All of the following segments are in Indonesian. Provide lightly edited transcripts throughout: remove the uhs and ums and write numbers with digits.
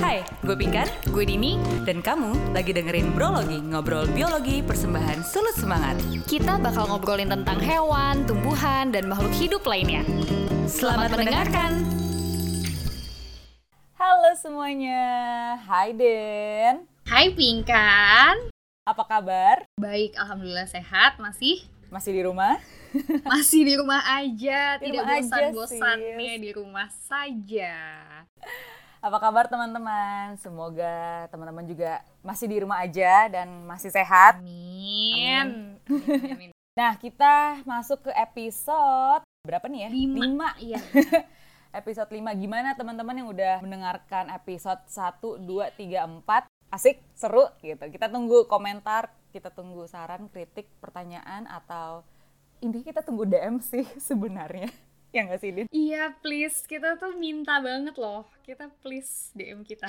Hai, gue Pinkan, gue Dini, dan kamu lagi dengerin Brologi, ngobrol biologi persembahan Sulut Semangat. Kita bakal ngobrolin tentang hewan, tumbuhan, dan makhluk hidup lainnya. Selamat mendengarkan. Halo semuanya, hai Den. Hai Pinkan. Apa kabar? Baik, alhamdulillah sehat. Masih di rumah? Masih di rumah aja, Di tidak rumah aja, bosan-bosannya di rumah saja. Apa kabar teman-teman? Semoga teman-teman juga masih di rumah aja dan masih sehat. Amin. Nah, kita masuk ke episode berapa nih ya? 5. Iya. Episode 5. Gimana teman-teman yang udah mendengarkan episode 1, 2, 3, 4? Asik, seru gitu. Kita tunggu komentar, kita tunggu saran, kritik, pertanyaan, atau intinya kita tunggu DM sih sebenarnya. Ya nggak sih, Din? Iya, please. Kita tuh minta banget loh. Kita please DM kita.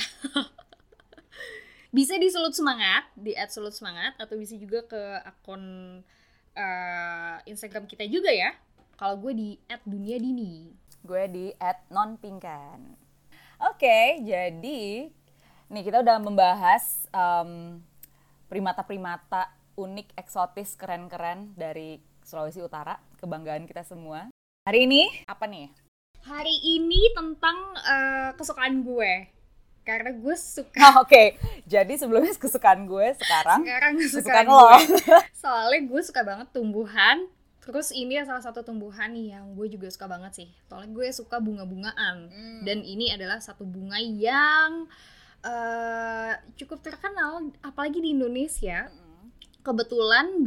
Bisa di Sulut Semangat, di @sulutsemangat, atau bisa juga ke akun Instagram kita juga ya. Kalau gue di @duniadini. Gue di @nonpinkan. Oke, jadi nih kita udah membahas primata-primata unik, eksotis, keren-keren dari Sulawesi Utara, kebanggaan kita semua. Hari ini apa nih? Hari ini tentang kesukaan gue. Karena gue suka. Oke. Jadi sebelumnya kesukaan gue, sekarang kesukaan lo. Soalnya gue suka banget tumbuhan. Terus ini salah satu tumbuhan yang gue juga suka banget sih. Soalnya gue suka bunga-bungaan. Dan ini adalah satu bunga yang cukup terkenal, apalagi di Indonesia. Kebetulan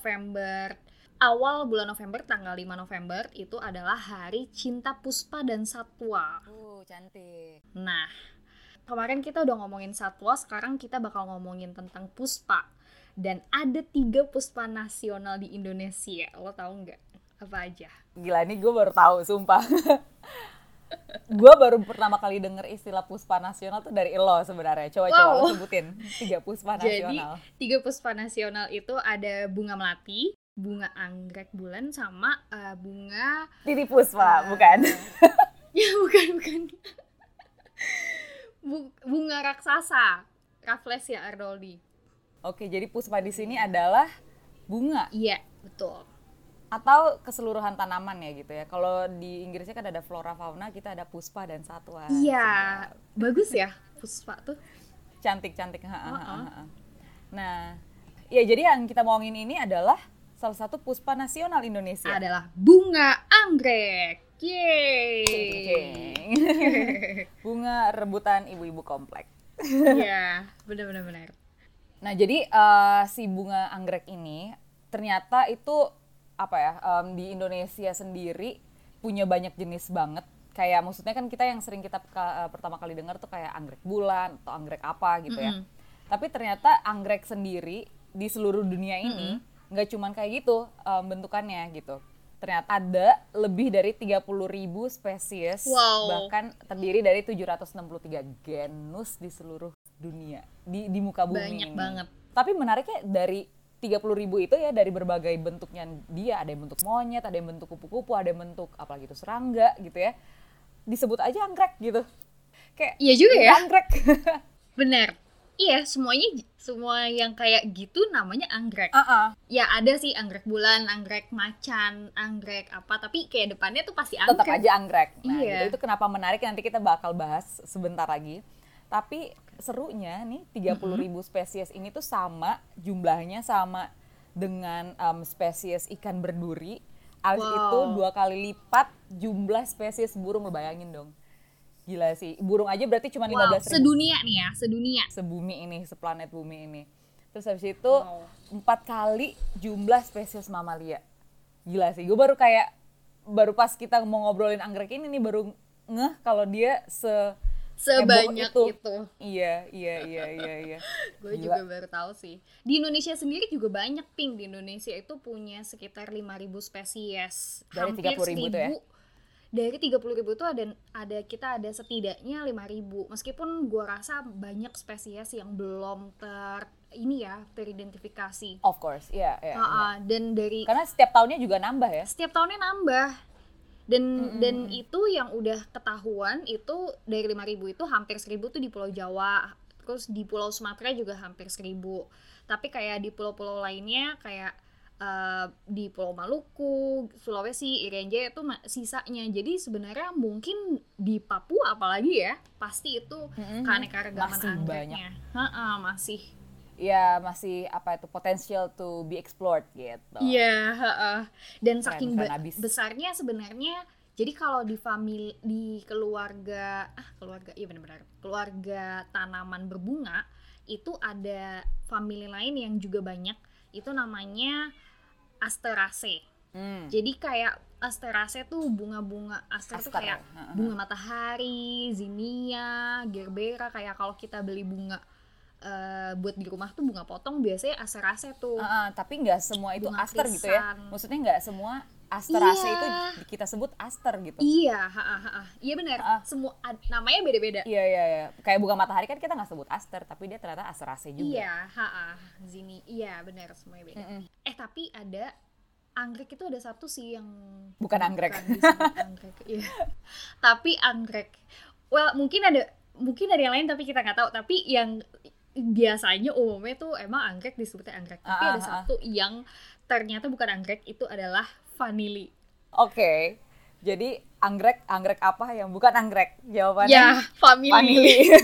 awal bulan November, tanggal 5 November, itu adalah Hari Cinta Puspa dan Satwa. Cantik. Nah, kemarin kita udah ngomongin satwa, sekarang kita bakal ngomongin tentang puspa. Dan ada 3 puspa nasional di Indonesia. Lo tahu nggak apa aja? Gila, ini gue baru tahu, sumpah. Gue baru pertama kali denger istilah puspa nasional tuh dari lo sebenarnya. Coba lo sebutin 3 puspa nasional. Jadi 3 puspa nasional itu ada bunga melati, bunga anggrek bulan, sama bunga Titi puspa, bukan? Ya bukan. Bunga raksasa, Rafflesia Arnoldi. Oke, jadi puspa di sini adalah bunga. Iya, betul. Atau keseluruhan tanaman ya gitu ya. Kalau di Inggrisnya kan ada flora fauna, kita ada puspa dan satwa. Iya, bagus ya puspa tuh. Cantik. Nah, ya jadi yang kita ngomongin ini adalah salah satu puspa nasional Indonesia. Adalah bunga anggrek. Yeay. Bunga rebutan ibu-ibu komplek. Iya, benar. Nah, jadi si bunga anggrek ini ternyata itu di Indonesia sendiri punya banyak jenis banget. Kayak maksudnya kan kita yang sering kita pertama kali dengar tuh kayak anggrek bulan atau anggrek apa gitu ya. Tapi ternyata anggrek sendiri di seluruh dunia ini nggak cuman kayak gitu bentukannya gitu. Ternyata ada lebih dari 30.000 spesies, bahkan terdiri dari 763 genus di seluruh dunia, di muka bumi ini. Banyak banget. Tapi menariknya dari 30.000 itu ya dari berbagai bentuknya dia, ada yang bentuk monyet, ada yang bentuk kupu-kupu, ada yang bentuk apalagi itu serangga gitu ya. Disebut aja anggrek gitu. Kayak iya juga ya. Anggrek. Bener. Iya, semua yang kayak gitu namanya anggrek. Ya ada sih anggrek bulan, anggrek macan, anggrek apa, tapi kayak depannya tuh pasti anggrek. Tetap aja anggrek. Nah, iya. itu kenapa menarik, nanti kita bakal bahas sebentar lagi. Tapi serunya nih 30.000 spesies ini tuh jumlahnya sama dengan spesies ikan berduri. Alias itu 2 kali lipat jumlah spesies burung, lo bayangin dong. Gila sih, burung aja berarti cuma 15.000. Sedunia nih ya, Sebumi ini, seplanet bumi ini. Terus habis itu 4 kali jumlah spesies mamalia. Gila sih, gue baru pas kita mau ngobrolin anggrek ini nih baru ngeh kalau dia sebanyak itu. Iya. Gue juga baru tahu sih. Di Indonesia sendiri juga banyak, Pink. Di Indonesia itu punya sekitar 5.000 spesies. Dari 30.000 itu ya? Dari 30.000 itu kita ada setidaknya 5.000. Meskipun gue rasa banyak spesies yang belum teridentifikasi. Of course, iya. Dan karena setiap tahunnya juga nambah ya. Setiap tahunnya nambah. Dan itu yang udah ketahuan itu dari 5.000 itu hampir 1.000 tuh di Pulau Jawa, terus di Pulau Sumatera juga hampir 1.000. Tapi kayak di pulau-pulau lainnya kayak di Pulau Maluku, Sulawesi, Irian Jaya itu sisanya. Jadi sebenarnya mungkin di Papua apalagi ya, pasti itu keanekaragaman Masih anggreknya. Masih. Ya masih apa itu potential to be explored gitu. Iya, dan Keren, saking keren abis. besarnya sebenarnya. Jadi kalau di di keluarga iya benar-benar keluarga tanaman berbunga itu ada famili lain yang juga banyak, itu namanya Asteraceae. Jadi kayak Asteraceae tuh bunga-bunga aster tuh kayak bunga matahari, zinnia, gerbera. Kayak kalau kita beli bunga buat di rumah tuh bunga potong biasanya Asteraceae tuh. Tapi nggak semua itu bunga aster krisan. Gitu ya? Maksudnya nggak semua Asteraceae itu kita sebut aster gitu. Iya, iya benar. Semua namanya beda-beda. Iya. Kayak bunga matahari kan kita nggak sebut aster, tapi dia ternyata Asteraceae juga. Iya, Zini. Iya benar, semuanya beda. Tapi ada anggrek itu ada satu sih yang bukan anggrek. Disebut anggrek. Iya. Tapi anggrek. Well, mungkin ada yang lain tapi kita nggak tahu. Tapi yang biasanya umumnya tuh emang anggrek disebutnya anggrek. Tapi ada satu yang ternyata bukan anggrek, itu adalah vanili. Oke. Jadi anggrek apa yang bukan anggrek? Jawabannya ya, vanili.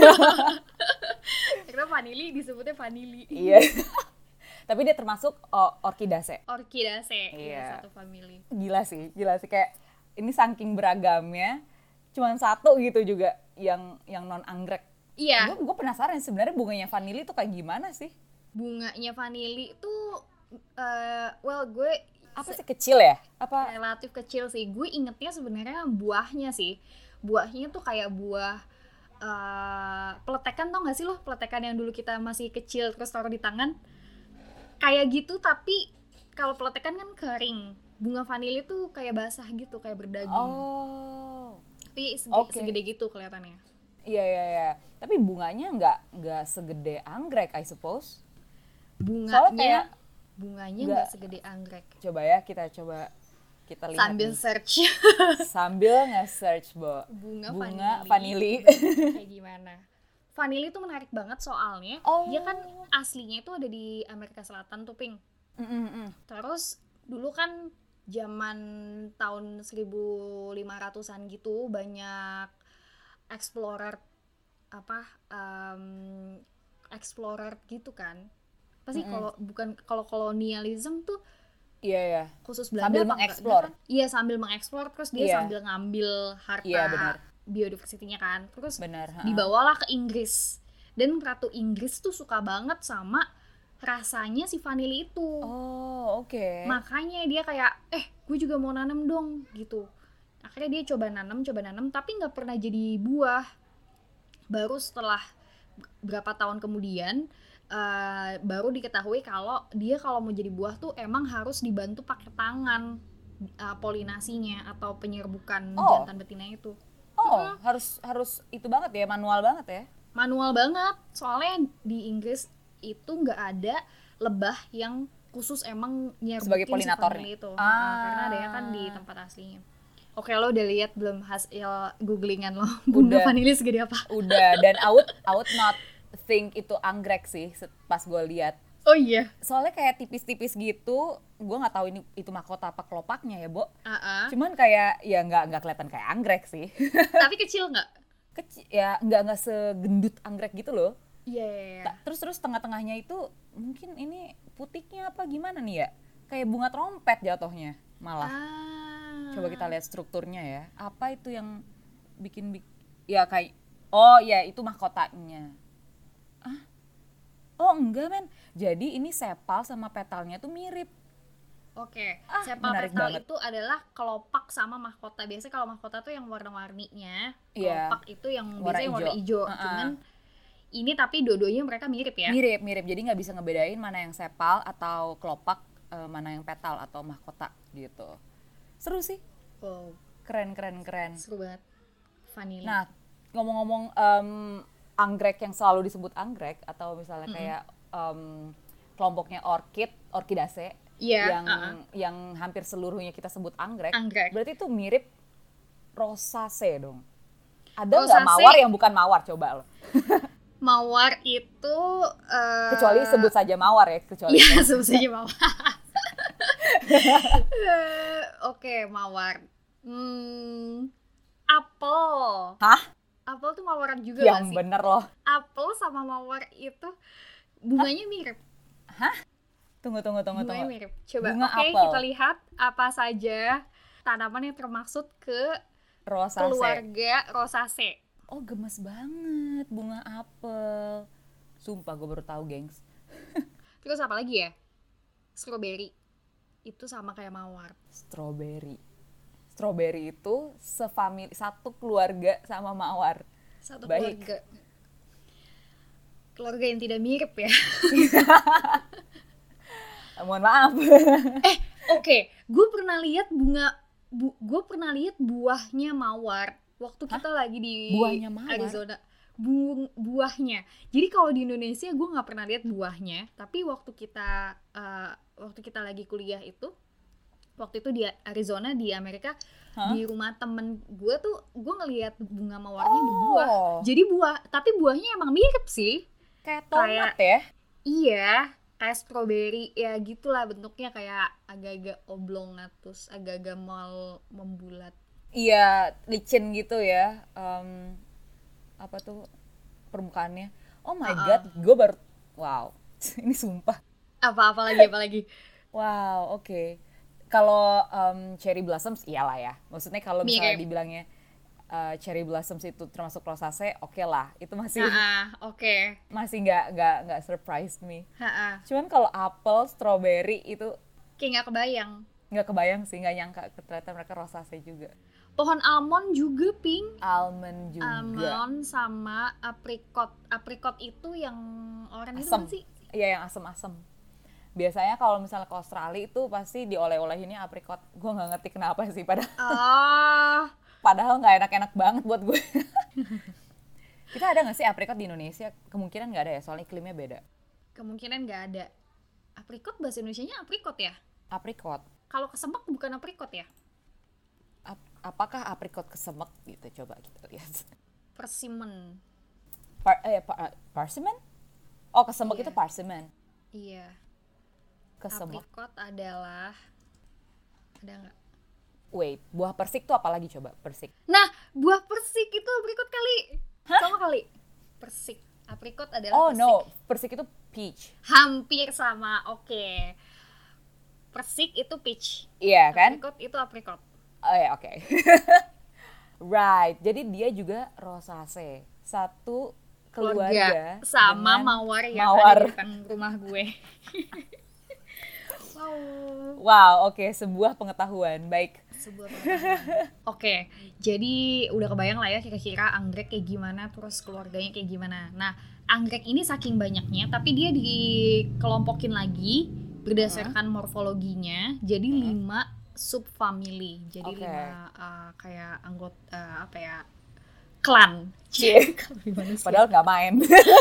Karena vanili disebutnya vanili. Iya. Tapi dia termasuk Orchidaceae. Iya, satu famili. Gila sih kayak ini saking beragamnya, cuman satu gitu juga yang non anggrek. Iya. Gue penasaran sebenarnya bunganya vanili tuh kayak gimana sih? Bunganya vanili tuh gue apa sih, kecil ya? Apa relatif kecil sih. Gue ingetnya sebenarnya buahnya sih. Buahnya tuh kayak buah peletekan, tau gak sih lo? Peletekan yang dulu kita masih kecil terus taruh di tangan. Kayak gitu, tapi kalau peletekan kan kering. Bunga vanili tuh kayak basah gitu, kayak berdaging. Tapi segede gitu kelihatannya. Iya. Tapi bunganya nggak segede anggrek, I suppose. Bunganya nggak segede anggrek. Coba ya, kita lihat sambil nih. Search. Sambil nge-search, Bo. Bunga vanili. Kayak gimana? Vanili itu menarik banget soalnya dia kan aslinya itu ada di Amerika Selatan tuh, Ping. Terus dulu kan zaman tahun 1500-an gitu banyak explorer gitu kan. Pasti kalau kolonialisme tuh iya. khusus Belanda sambil mengeksplor. Iya, sambil mengeksplor, terus dia sambil ngambil harta biodiversitinya kan. Terus dibawalah ke Inggris. Dan Ratu Inggris tuh suka banget sama rasanya si vanili itu. Oke. Makanya dia kayak gue juga mau nanam dong gitu. Akhirnya dia coba nanam tapi nggak pernah jadi buah. Baru setelah berapa tahun kemudian baru diketahui kalau mau jadi buah tuh emang harus dibantu pakai tangan polinasinya atau penyerbukan jantan betina itu. Harus itu banget ya, manual banget ya. Manual banget, soalnya di Inggris itu nggak ada lebah yang khusus emang nyerbukin sebagai polinatornya itu. Karena adanya kan di tempat aslinya. Oke, lo udah lihat belum hasil googlingan lo bunga vanili segede apa? Udah, dan I would not think itu anggrek sih pas gue lihat. Oh iya. Soalnya kayak tipis-tipis gitu, gue nggak tahu itu mahkota apa kelopaknya ya, Bo. Cuman kayak ya nggak kelihatan kayak anggrek sih. Tapi kecil nggak? Kecil ya, nggak segendut anggrek gitu loh. Iya. Terus tengah-tengahnya itu mungkin ini putiknya apa gimana nih ya? Kayak bunga trompet jatuhnya malah. Coba kita lihat strukturnya ya. Apa itu yang bikin ya kayak itu mahkotanya. Enggak men. Jadi ini sepal sama petalnya tuh mirip. Oke. Sepal petal itu adalah kelopak sama mahkota. Biasanya kalau mahkota tuh yang warna-warninya, kelopak itu yang biasanya warna hijau. Cuman ini tapi dua-duanya mereka mirip ya. Mirip. Jadi nggak bisa ngebedain mana yang sepal atau kelopak, mana yang petal atau mahkota gitu. Seru sih. Keren. Seru banget. Vanili. Nah, ngomong-ngomong anggrek yang selalu disebut anggrek atau misalnya kayak kelompoknya Orchidaceae yang hampir seluruhnya kita sebut anggrek. Berarti itu mirip rosacea dong. Ada nggak Rosacea. mawar yang bukan mawar? Coba lo. Mawar itu Kecuali sebut saja mawar ya, kecuali. iya, sebut saja mawar. Oke, mawar. Apel. Hah? Apel tuh mawaran juga Yang gak sih? bener loh. Apel sama mawar itu bunganya mirip. Tunggu. Bunganya mirip. Coba, Bunga oke, apel. kita lihat apa saja tanaman yang termasuk ke Rosacea. keluarga Rosaceae. Oh, gemes banget bunga apel. Sumpah gue baru tahu, gengs. Terus apa lagi ya? Strawberry. Itu sama kayak mawar. Strawberry itu satu keluarga sama mawar. Satu Baik. keluarga. Keluarga yang tidak mirip ya. Mohon maaf. Oke, gue pernah lihat gue pernah lihat buahnya mawar waktu kita lagi di Buahnya mawar? Arizona. Buahnya. Jadi kalau di Indonesia gue nggak pernah lihat buahnya, tapi waktu kita lagi kuliah itu, waktu itu di Arizona di Amerika, di rumah temen gue tuh gue ngelihat bunga mawarnya berbuah. Jadi tapi buahnya emang mirip sih. Kayak tomat ya? Iya, kayak strawberry ya gitulah bentuknya, kayak agak-agak oblong terus agak-agak membulat. Iya, licin gitu ya. Apa tuh permukaannya? Oh my god, gue baru wow. Ini sumpah. Apa lagi? Wow, oke. Kalau cherry blossoms iyalah ya. Maksudnya kalau misalnya Mirip. dibilangnya cherry blossoms itu termasuk rosacea, oke lah. Itu masih Oke. masih nggak surprise me. Ha-ha. Cuman kalau apel, strawberry itu Kayak nggak kebayang. nggak kebayang sih, nggak nyangka ternyata mereka rosacea juga. Pohon almond juga pink. Almond juga. Almond sama apricot. Apricot itu yang oranye itu Asem. kan sih? Iya, yang asem-asem. Biasanya kalau misalnya ke Australia itu pasti dioleh-olehinnya apricot. Gue nggak ngerti kenapa sih, padahal nggak enak-enak banget buat gue. Kita ada nggak sih apricot di Indonesia? Kemungkinan nggak ada ya, soalnya iklimnya beda. Kemungkinan nggak ada. Apricot bahasa Indonesianya apricot ya? Apricot. Kalau kesemek bukan apricot ya? Apakah apricot kesemek gitu? Coba kita lihat. Persimmon. Persimmon? Oh, kesemek Iya. itu persimmon. Iya. Kesemek. Apricot adalah, ada nggak? Wait, buah persik tuh apa lagi coba? Persik. Nah, buah persik itu apricot kali. Sama kali. Persik. Apricot adalah Oh persik. no, persik itu peach. Hampir sama. Oke. Persik itu peach. Iya kan? Apricot itu apricot. Oh ya, oke. Right, jadi dia juga rosacea. Satu keluarga sama dengan mawar yang mawar. ada di depan rumah gue. Wow. Wow, oke, sebuah pengetahuan. Baik. Sebuah pengetahuan. Oke, jadi udah kebayang lah ya kira-kira anggrek kayak gimana, terus keluarganya kayak gimana. Nah, anggrek ini saking banyaknya, tapi dia dikelompokin lagi berdasarkan morfologinya. Jadi 5 subfamily. Jadi Oke. 5 kayak anggota apa ya? Klan. Cie. Gimana sih? Padahal nggak main.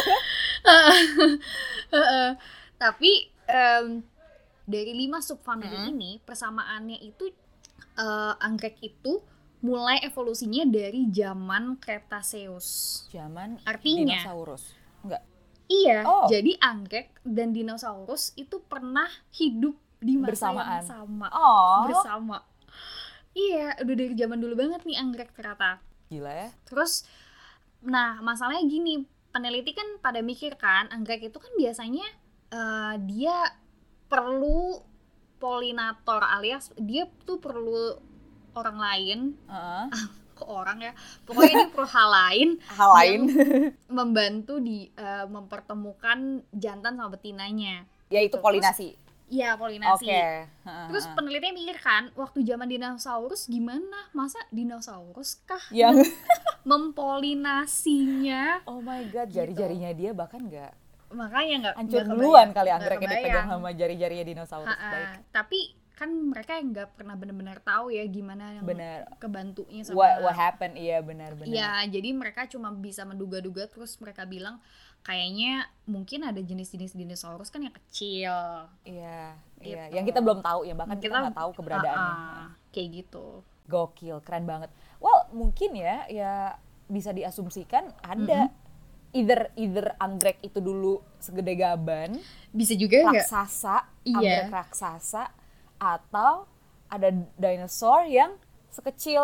Tapi dari 5 subfamily ini persamaannya itu anggrek itu mulai evolusinya dari zaman Cretaceous. Zaman Artinya? dinosaurus. Enggak. Iya, Oh. jadi anggrek dan dinosaurus itu pernah hidup di masa Bersamaan. yang sama. Oh. Bersama. Iya, udah dari zaman dulu banget nih anggrek ternyata. Gila ya. Terus, nah masalahnya gini, peneliti kan pada mikir kan, anggrek itu kan biasanya dia perlu polinator, alias dia tuh perlu orang lain, ke orang ya, pokoknya dia perlu hal lain, Hal lain. membantu di mempertemukan jantan sama betinanya. Yaitu Terus- polinasi. Iya, polinasi. Oke. Terus penelitinya mikir kan, waktu zaman dinosaurus gimana? Masa dinosaurus kah yang mempolinasinya? oh my god, jari-jarinya dia bahkan nggak Makanya nggak hancur nggak duluan kebayang. kali Nggak anggreknya kebayang. dipegang sama jari-jarinya dinosaurus. Ha-ha. Baik. Tapi kan mereka nggak pernah benar-benar tahu ya gimana yang Benar. kebantunya sama. What happened? Iya, benar-benar. Ya, jadi mereka cuma bisa menduga-duga, terus mereka bilang kayaknya mungkin ada jenis-jenis dinosaurus kan yang kecil. Iya, iya. Gitu. Yang kita belum tahu ya, bahkan kita nggak tahu keberadaannya. Kayak gitu. Gokil, keren banget. Well, mungkin ya bisa diasumsikan ada either anggrek itu dulu segede gaban, Bisa juga nggak? raksasa, Iya. anggrek raksasa, atau ada dinosaur yang sekecil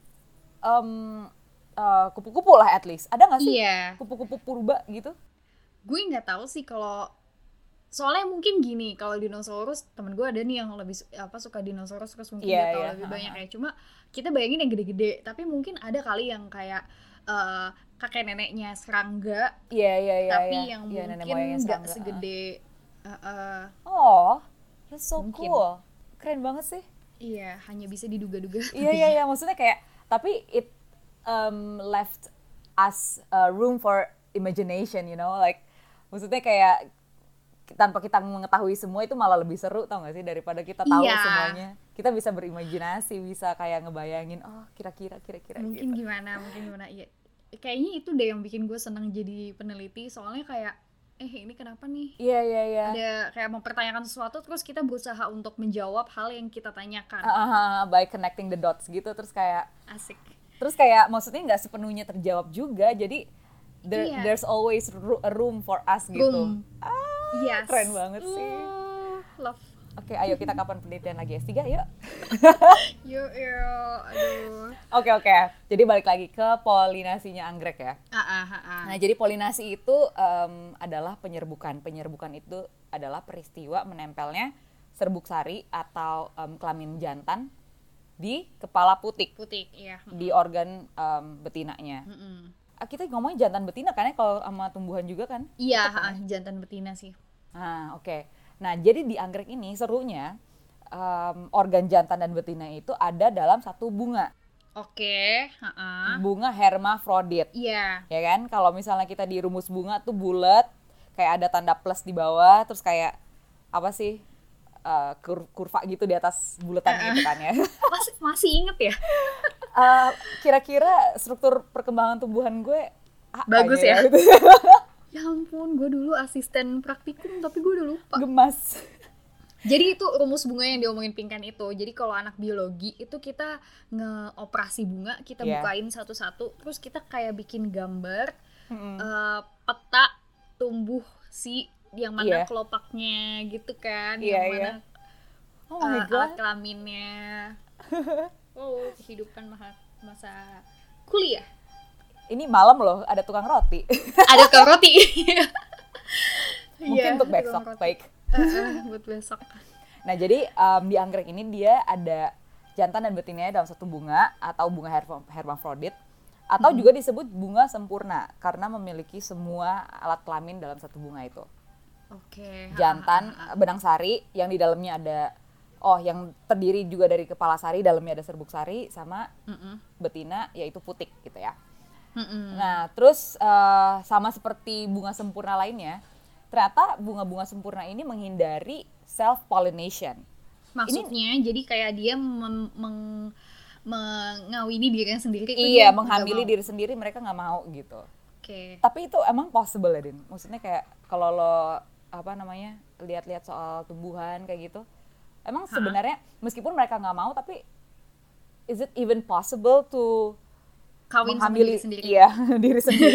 kupu-kupu lah at least. Ada nggak sih Iya. kupu-kupu purba gitu? Gue nggak tahu sih kalau, soalnya mungkin gini, kalau dinosaurus, temen gue ada nih yang lebih suka dinosaurus, terus mungkin Iya, dia tahu iya. lebih banyak ya. Cuma kita bayangin yang gede-gede, tapi mungkin ada kali yang kayak kakek neneknya serangga, Iya. tapi Iya. yang Iya, nenek mungkin moyangnya nggak serangga. segede Oh, that's so Mungkin. cool. Keren banget sih. iya, hanya bisa diduga-duga. Iya. Maksudnya kayak, tapi it left us room for imagination, you know, like maksudnya kayak tanpa kita mengetahui semua itu malah lebih seru, tau gak sih, daripada kita tahu Iya. semuanya. Kita bisa berimajinasi, bisa kayak ngebayangin, oh kira-kira mungkin gitu. gimana iya, kayaknya itu deh yang bikin gue senang jadi peneliti, soalnya kayak ini kenapa nih, Iya. ada kayak mempertanyakan sesuatu, terus kita berusaha untuk menjawab hal yang kita tanyakan. By connecting the dots gitu, terus Asik. maksudnya nggak sepenuhnya terjawab juga, jadi Iya. there's always a room for us gitu. Room. Yes. Keren banget sih. Love. Oke, ayo kita kapan penelitian lagi S3 yuk. Yuk, aduh. Oke. Jadi balik lagi ke polinasinya anggrek ya. Nah, jadi polinasi itu adalah penyerbukan. Penyerbukan itu adalah peristiwa menempelnya serbuk sari atau kelamin jantan di kepala putik, Putik, iya. di organ betinanya. Kita ngomongin jantan betina kan ya, kalau sama tumbuhan juga kan? Iya, jantan betina sih. Nah, oke. Nah, jadi di anggrek ini serunya organ jantan dan betina itu ada dalam satu bunga. Oke, Bunga hermafrodit. Iya. Ya kan? Kalau misalnya kita di rumus bunga tuh bulat, kayak ada tanda plus di bawah, terus kayak apa sih? Kurva gitu di atas bulatan gitu kan ya. Masih inget ya? Kira-kira struktur perkembangan tumbuhan gue Bagus kayaknya ya? gitu. Ya ampun, gue dulu asisten praktikum tapi gue udah lupa. Gemas. Jadi itu rumus bunga yang diomongin Pinkan itu. Jadi kalau anak biologi itu kita ngeoperasi bunga, kita Iya. bukain satu-satu, terus kita kayak bikin gambar peta tumbuh si yang mana Iya. kelopaknya gitu kan, Iya, yang mana Oh my alat god. kelaminnya. Oh, kehidupan masa kuliah. Ini malam loh, ada tukang roti. Ada tukang roti. Mungkin Iya, untuk tukang besok, roti. baik. Buat besok. Nah, jadi di anggrek ini dia ada jantan dan betinanya dalam satu bunga atau bunga hermafrodit, atau juga disebut bunga sempurna karena memiliki semua alat kelamin dalam satu bunga itu. Oke. Jantan benang sari yang di dalamnya ada yang terdiri juga dari kepala sari, dalamnya ada serbuk sari, sama betina yaitu putik gitu ya. Nah, terus sama seperti bunga sempurna lainnya, ternyata bunga-bunga sempurna ini menghindari self-pollination. Maksudnya jadi kayak dia mengawini dirinya sendiri. itu Iya, dia menghamili nggak mau. diri sendiri, mereka nggak mau gitu. Oke. Tapi itu emang possible ya, Din? Maksudnya kayak kalau lo lihat-lihat soal tumbuhan kayak gitu, emang sebenarnya meskipun mereka nggak mau, tapi is it even possible to Kawin sama menghamili diri sendiri. Iya, diri sendiri.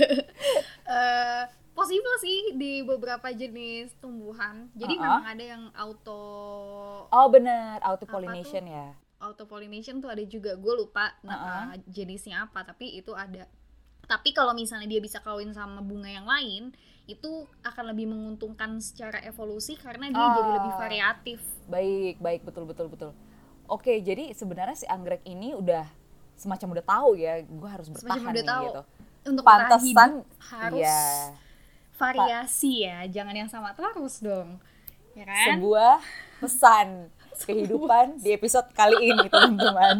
Possible sih di beberapa jenis tumbuhan. Jadi memang ada yang Oh benar, auto pollination ya. auto pollination tuh ada juga. Gue lupa jenisnya apa, tapi itu ada. Tapi kalau misalnya dia bisa kawin sama bunga yang lain, itu akan lebih menguntungkan secara evolusi karena dia jadi lebih variatif. Baik, betul. Oke, jadi sebenarnya si anggrek ini semacam udah tahu ya, gue harus bertahan Semacam udah nih tahu. gitu. Untuk bertahan Pantesan hidup harus ya, variasi ya, jangan yang sama terus dong. Ya kan? sebuah pesan kehidupan di episode kali ini, teman-teman.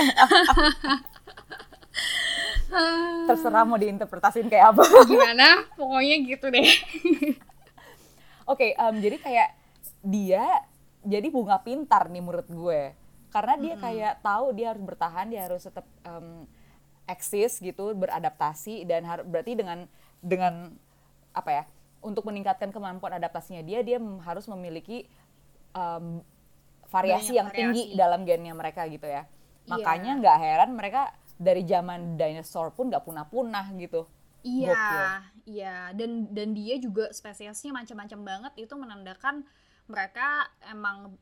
Terserah mau diinterpretasiin kayak apa. Gimana? Pokoknya gitu deh. Oke, jadi kayak dia jadi bunga pintar nih menurut gue. Karena dia kayak tahu dia harus bertahan, dia harus tetap eksis gitu, beradaptasi, dan berarti dengan apa ya? Untuk meningkatkan kemampuan adaptasinya dia harus memiliki variasi Banyak yang tinggi variasi. dalam gennya mereka gitu ya. Iya. Makanya nggak heran mereka dari zaman dinosaur pun nggak punah-punah gitu. Iya, Gokil. iya. Dan dia juga spesiesnya macam-macam banget. Itu menandakan mereka emang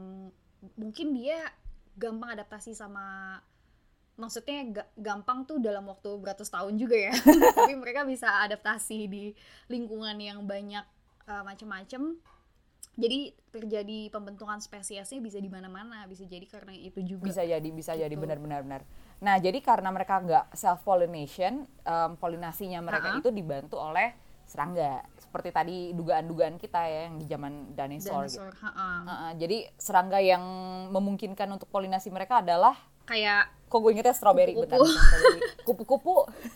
mungkin dia gampang adaptasi sama, maksudnya gampang tuh dalam waktu beratus tahun juga ya. Tapi mereka bisa adaptasi di lingkungan yang banyak macam-macam. Jadi terjadi pembentukan spesiesnya bisa di mana-mana, bisa jadi karena itu juga. Bisa jadi Gitu. benar-benar. Nah, jadi karena mereka nggak self pollination, polinasinya mereka itu dibantu oleh serangga. Seperti tadi dugaan-dugaan kita ya yang di zaman dinosaur gitu. Jadi serangga yang memungkinkan untuk polinasi mereka adalah Kayak kok gue ingetnya strawberry, kupu-kupu. bentar, strawberry. Kupu-kupu.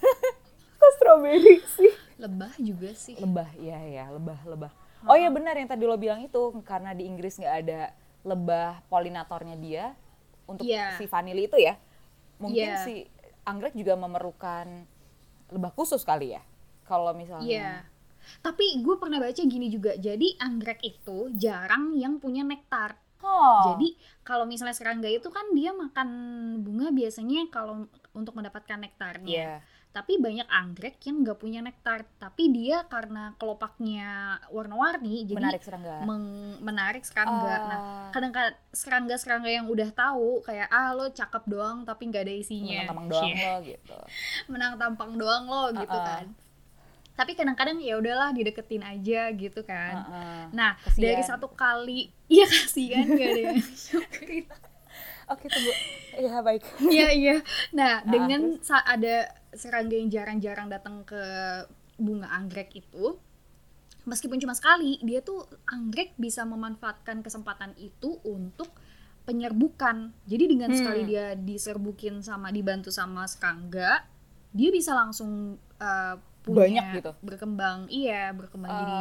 Kok strawberry sih? lebah juga sih. Lebah, iya, lebah. Oh iya benar yang tadi lo bilang itu, karena di Inggris nggak ada lebah polinatornya dia untuk si vanili itu ya. Mungkin si anggrek juga memerlukan lebah khusus kali ya. Kalau misalnya. Iya. Tapi gue pernah baca gini juga. Jadi anggrek itu jarang yang punya nektar. Jadi kalau misalnya serangga itu kan dia makan bunga biasanya kalau untuk mendapatkan nektarnya. Tapi banyak anggrek yang nggak punya nektar, tapi dia karena kelopaknya warna-warni jadi menarik serangga. Menarik serangga. Nah, kadang-kadang serangga-serangga yang udah tahu kayak lo cakep doang tapi nggak ada isinya. Menang tampang doang lo gitu. Menang tampang doang lo gitu kan. Tapi kadang-kadang ya udahlah dideketin aja gitu kan. Nah, kasian. Dari satu kali, ya kasihan gak ada yang syukurin. Oke, tunggu. Iya, baik. Iya. Nah, dengan ada serangga yang jarang-jarang datang ke bunga anggrek itu, meskipun cuma sekali, dia tuh anggrek bisa memanfaatkan kesempatan itu untuk penyerbukan. Jadi dengan sekali dia diserbukin sama dibantu sama serangga, dia bisa langsung punya banyak gitu. Berkembang jadi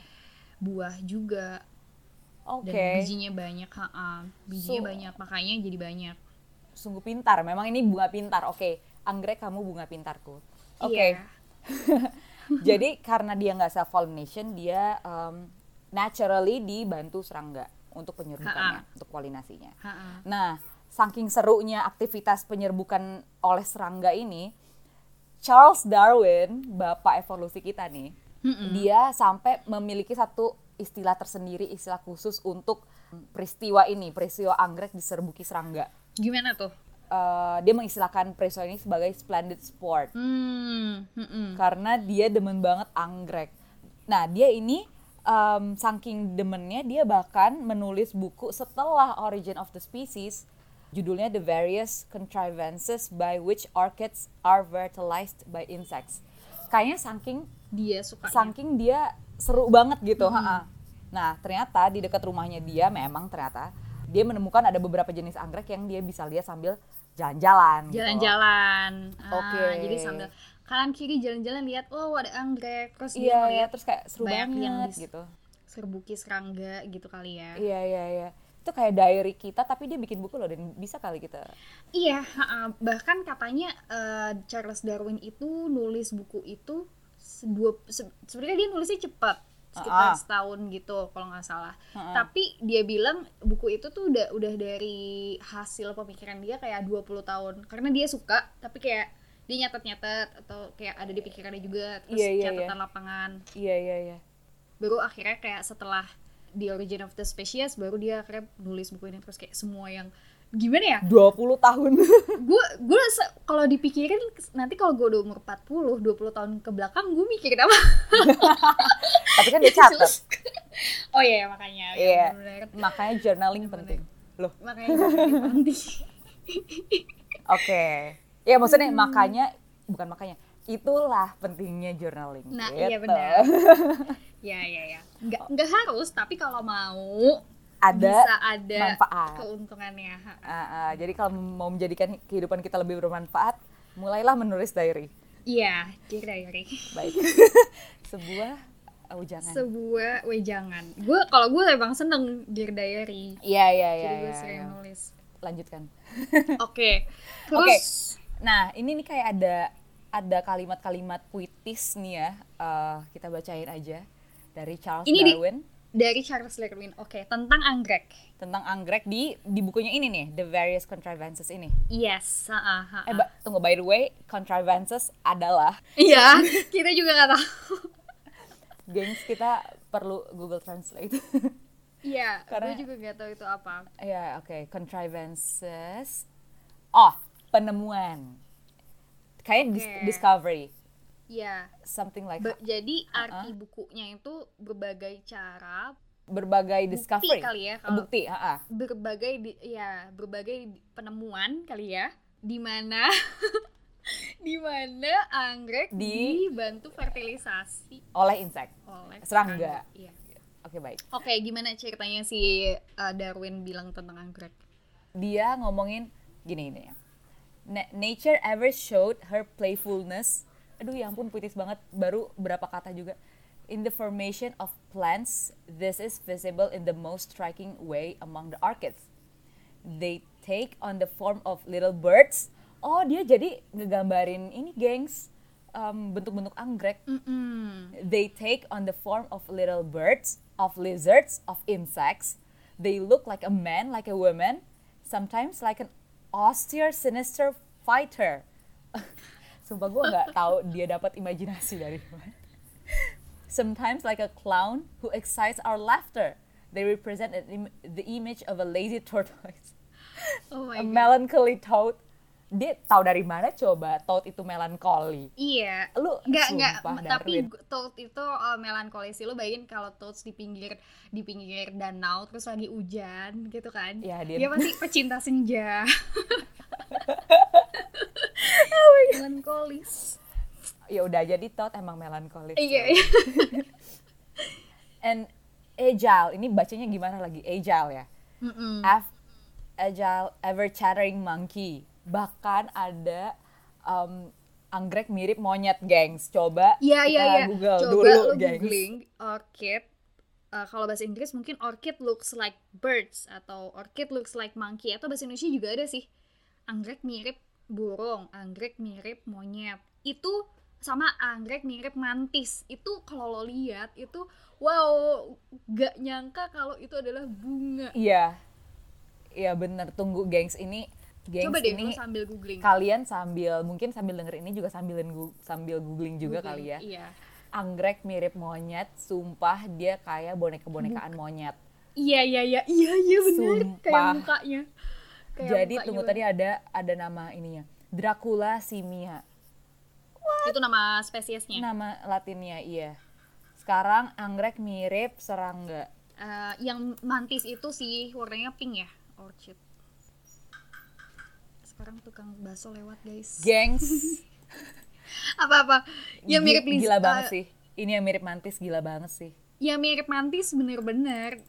buah juga. Oke. Dan bijinya banyak, banyak, makanya jadi banyak. Sungguh pintar, memang ini bunga pintar. Oke, anggrek kamu bunga pintarku. Oke. Jadi karena dia nggak self pollination, dia naturally dibantu serangga untuk penyerbukannya, untuk polinasinya. Nah, saking serunya aktivitas penyerbukan oleh serangga ini, Charles Darwin, bapak evolusi kita nih, dia sampai memiliki satu istilah tersendiri, istilah khusus untuk peristiwa anggrek diserbuki serangga. Gimana tuh? Dia mengistilahkan peristiwa ini sebagai splendid sport. Karena dia demen banget anggrek. Nah, dia ini saking demennya, dia bahkan menulis buku setelah Origin of the Species, judulnya The Various Contrivances by Which Orchids Are Fertilized by Insects. Kayaknya saking dia seru banget gitu. Nah, ternyata di dekat rumahnya dia dia menemukan ada beberapa jenis anggrek yang dia bisa lihat sambil jalan-jalan. Oke. Jadi sambil kanan kiri jalan-jalan lihat, ada anggrek, terus dia ngeliat terus kayak seru banget gitu. Serbuki serangga gitu kali ya. Iya. Itu kayak diary kita tapi dia bikin buku loh, dan bisa kali kita. Iya, bahkan katanya Charles Darwin itu nulis buku itu sebenarnya dia nulisnya cepat, sekitar setahun gitu kalau nggak salah. Tapi dia bilang buku itu tuh udah dari hasil pemikiran dia kayak 20 tahun. Karena dia suka, tapi kayak dia nyatet-nyatet atau kayak ada di pikirannya juga, terus catatan lapangan. Iya. Baru akhirnya kayak setelah The Origin of the Species baru dia akhirnya nulis buku ini, terus kayak semua yang gimana ya? 20 tahun. Gue kalau dipikirin nanti kalau gue udah umur 40, 20 tahun ke belakang gue mikirin apa? Tapi kan dia catat. Oh iya, makanya. Iya. Makanya journaling penting. Loh. Makanya journaling penting. Oke. Ya maksudnya itulah pentingnya journaling. Nah, gitu. iya benar. Ya. Enggak harus, tapi kalau mau bisa ada manfaat, keuntungannya. Jadi kalau mau menjadikan kehidupan kita lebih bermanfaat, mulailah menulis diary. Iya, diary. Baik. Sebuah wejangan. Kalau gue emang seneng diary. Iya. Jadi gue sering nulis. Lanjutkan. Oke. Terus nah, ini nih kayak ada kalimat-kalimat puitis nih ya. Kita bacain aja dari Charles Darwin. Dari Charles Darwin. Oke, tentang anggrek. Tentang anggrek di bukunya ini nih, The Various Contrivances ini. Yes. Tunggu, by the way, contrivances adalah Iya, kita juga nggak tahu. gengs, kita perlu Google Translate. Iya, Karena- gue juga nggak tahu itu apa. Ya, oke, contrivances. Oh, penemuan. Kayak Oke. discovery, Iya. something like Jadi arti bukunya itu berbagai cara, berbagai discovery. kali ya, kalau- Bukti, berbagai penemuan kali ya, di mana di mana anggrek Di- dibantu fertilisasi oleh insek. oleh Serangga. Iya. Oke, baik. Oke, gimana ceritanya si Darwin bilang tentang anggrek? Dia ngomongin gini ya. Nature ever showed her playfulness. Aduh ya ampun, puitis banget. Baru berapa kata juga. In the formation of plants, this is visible in the most striking way among the orchids. They take on the form of little birds. Oh, dia jadi ngegambarin ini, gengs. Bentuk-bentuk anggrek. They take on the form of little birds, of lizards, of insects. They look like a man, like a woman, sometimes like an austere, sinister fighter. Sumpah gue nggak tahu dia dapat imajinasi dari mana. Sometimes like a clown who excites our laughter. They represent the image of a lazy tortoise, Oh my a god. melancholy toad. Dia tahu dari mana coba toad itu melankoli? Iya. Lu Nggak, sumpah, tapi Darwin. toad itu melankolis sih. Lo bayangin kalau toads di pinggir danau terus lagi hujan gitu kan. Iya, Din. Dia pasti pecinta senja. Melankolis. Ya udah, jadi toad emang melankolis. Iya. And agile, ini bacanya gimana lagi? Agile ya. Agile, ever chattering monkey. Bahkan ada anggrek mirip monyet, gengs. Coba Iya. kita Google Coba dulu, lo gengs. googling orchid. Kalau bahasa Inggris mungkin orchid looks like birds atau orchid looks like monkey, atau bahasa Indonesia juga ada sih. Anggrek mirip burung, anggrek mirip monyet. Itu sama anggrek mirip mantis. Itu kalau lo lihat itu wow, gak nyangka kalau itu adalah bunga. Iya. Iya bener, tunggu gengs, ini gengs Coba deh ini lo sambil googling. kalian mungkin sambil denger ini juga sambil googling juga Googling, kali ya. Iya. Anggrek mirip monyet, sumpah dia kayak boneka-bonekaan monyet. Iya benar, kayak Sumpah. mukanya. Jadi tunggu, tadi ada nama ininya, Dracula simia, Itu nama spesiesnya. nama latinnya. Iya. Sekarang anggrek mirip serangga. Yang mantis itu sih warnanya pink ya, orchid. Sekarang tukang bakso lewat guys. Gengs, Apa-apa? Yang mirip gila banget sih. Ini yang mirip mantis, gila banget sih. Yang mirip mantis bener-bener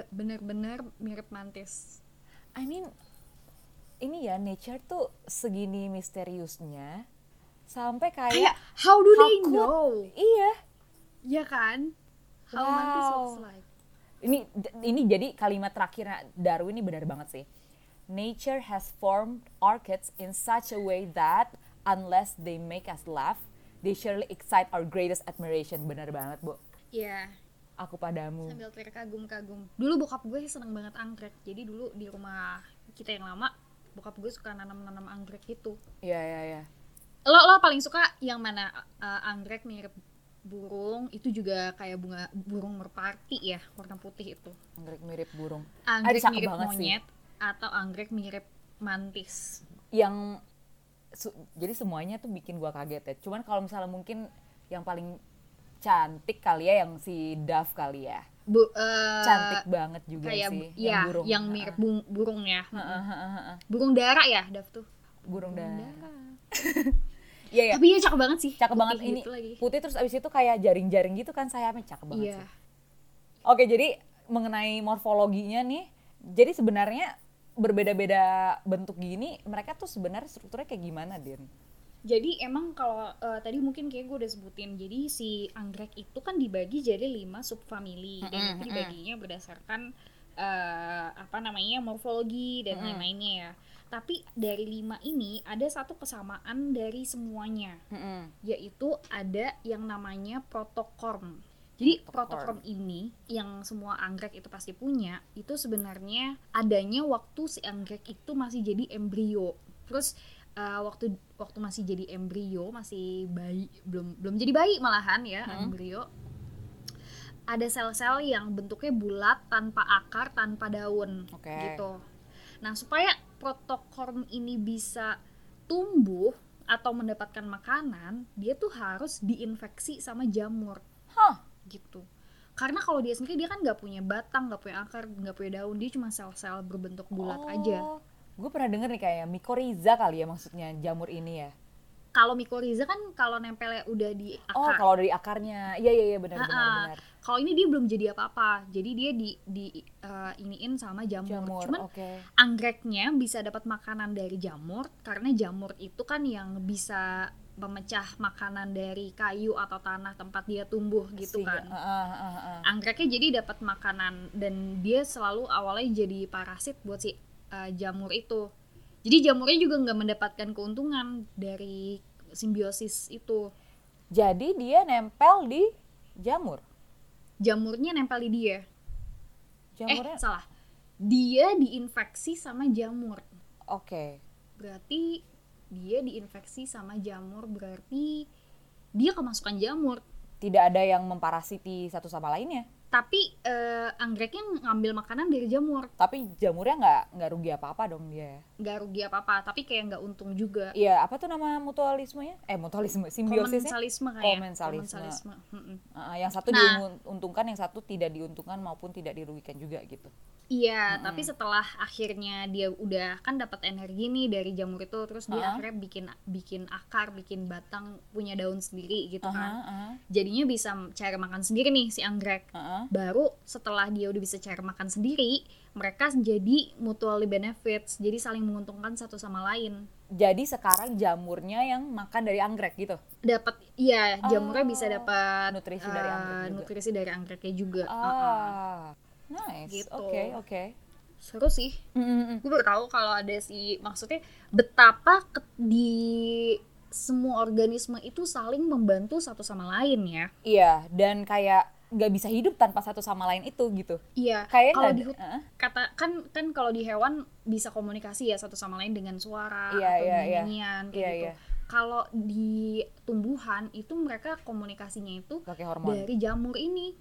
mirip mantis. I mean, ini ya, nature tuh segini misteriusnya sampai Kayak kayak how do they could- know? Iya. Ya kan? How Wow. mantis looks like. Ini jadi kalimat terakhirnya Darwin ini benar banget sih. Nature has formed orchids in such a way that unless they make us laugh, they surely excite our greatest admiration. Benar banget, Bu. Iya. Aku padamu. Sambil terkagum-kagum. Dulu bokap gue seneng banget anggrek. Jadi dulu di rumah kita yang lama, bokap gue suka nanam-nanam anggrek gitu. Iya. Lo paling suka yang mana? Anggrek mirip burung, itu juga kayak bunga burung merpati ya, warna putih itu. Anggrek mirip burung. Anggrek cakep mirip banget sih. monyet atau anggrek mirip mantis. Yang jadi semuanya tuh bikin gua kaget ya. Cuman kalau misalnya mungkin yang paling cantik kali ya yang si Dove kali ya. Cantik banget juga kayak sih. ya, burung. yang mirip burung ya. Heeh. Burung dara ya, Dav tuh. Burung dara. Iya. Tapi ya cakep banget sih. Cakep Putih banget ini. gitu lagi. Putih terus abis itu kayak jaring-jaring gitu kan sayapnya, cakep banget Iya. sih. Oke, jadi mengenai morfologinya nih, jadi sebenarnya berbeda-beda bentuk gini, mereka tuh sebenarnya strukturnya kayak gimana, Din? Jadi emang kalau tadi mungkin kayak gue udah sebutin, jadi si anggrek itu kan dibagi jadi 5 subfamili dan itu dibaginya berdasarkan morfologi dan lain-lainnya ya. Tapi dari 5 ini ada satu kesamaan dari semuanya, yaitu ada yang namanya protokorm. Jadi Protocorm protocorm ini yang semua anggrek itu pasti punya, itu sebenarnya adanya waktu si anggrek itu masih jadi embrio. Terus waktu masih jadi embrio, masih bayi, belum jadi bayi malahan ya, embrio. Ada sel-sel yang bentuknya bulat, tanpa akar, tanpa daun, gitu. Nah, supaya protocorm ini bisa tumbuh atau mendapatkan makanan, dia tuh harus diinfeksi sama jamur. Gitu. Karena kalau dia sendiri, dia kan nggak punya batang, nggak punya akar, nggak punya daun, dia cuma sel-sel berbentuk bulat aja. Gue pernah denger nih kayak mycorrhiza kali ya maksudnya jamur ini ya. Kalau mycorrhiza kan kalau nempelnya udah di akar. Oh, kalau dari akarnya. Iya benar. Kalau ini dia belum jadi apa-apa. Jadi dia iniin sama jamur. Cuman anggreknya bisa dapat makanan dari jamur karena jamur itu kan yang bisa memecah makanan dari kayu atau tanah tempat dia tumbuh gitu kan. Anggreknya jadi dapat makanan dan dia selalu awalnya jadi parasit buat si jamur itu. Jadi jamurnya juga nggak mendapatkan keuntungan dari simbiosis itu. Jadi dia nempel di jamur. Jamurnya nempel di dia. Jamurnya? Salah. Dia diinfeksi sama jamur. Berarti dia diinfeksi sama jamur, berarti dia kemasukan jamur. Tidak ada yang memparasiti satu sama lainnya. Tapi anggreknya ngambil makanan dari jamur. Tapi jamurnya nggak rugi apa-apa dong dia. Nggak rugi apa-apa, tapi kayak nggak untung juga. Iya, apa tuh nama mutualismenya? Simbiosisnya? Komensalisme. Yang satu diuntungkan, yang satu tidak diuntungkan maupun tidak dirugikan juga gitu. Iya, tapi setelah akhirnya dia udah kan dapat energi nih dari jamur itu, terus dia akhirnya bikin akar, bikin batang, punya daun sendiri gitu kan. Jadinya bisa cari makan sendiri nih si anggrek. Baru setelah dia udah bisa cari makan sendiri, mereka jadi mutually benefits, jadi saling menguntungkan satu sama lain. Jadi sekarang jamurnya yang makan dari anggrek gitu? Dapat, iya, jamurnya bisa dapat nutrisi dari anggreknya juga. Nice, gitu. Oke. Seru sih. Gue baru tahu kalau ada maksudnya betapa di semua organisme itu saling membantu satu sama lain ya. Iya, dan kayak nggak bisa hidup tanpa satu sama lain itu gitu. Iya. Kayak kalau di kan kalau di hewan bisa komunikasi ya satu sama lain dengan suara atau nyanyian kayak gitu. Kalau di tumbuhan itu mereka komunikasinya itu dari jamur ini.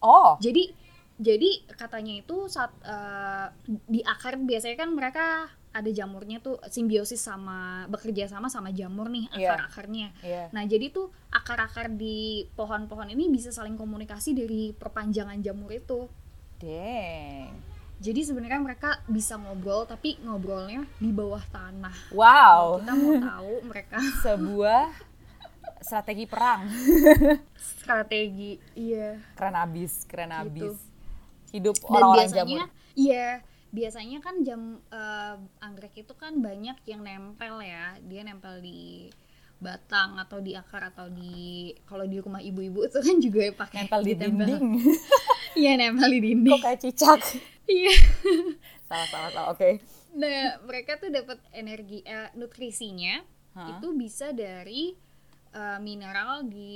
Jadi katanya itu saat di akar biasanya kan mereka ada jamurnya tuh simbiosis bekerja sama jamur nih akar-akarnya. Nah jadi tuh akar-akar di pohon-pohon ini bisa saling komunikasi dari perpanjangan jamur itu. Dang. Jadi sebenarnya mereka bisa ngobrol tapi ngobrolnya di bawah tanah. Wow. Kita mau tahu mereka sebuah strategi perang. Strategi, iya. Keren abis. Gitu. Hidup dan orang-orang jamur. Iya, biasanya kan anggrek itu kan banyak yang nempel ya. Dia nempel di batang atau di akar atau kalau di rumah ibu-ibu itu kan juga pakai nempel di dinding. Iya, nempel di dinding. Kok kayak cicak. Iya. salah. Oke. Nah, mereka tuh dapat energi nutrisinya itu bisa dari mineral di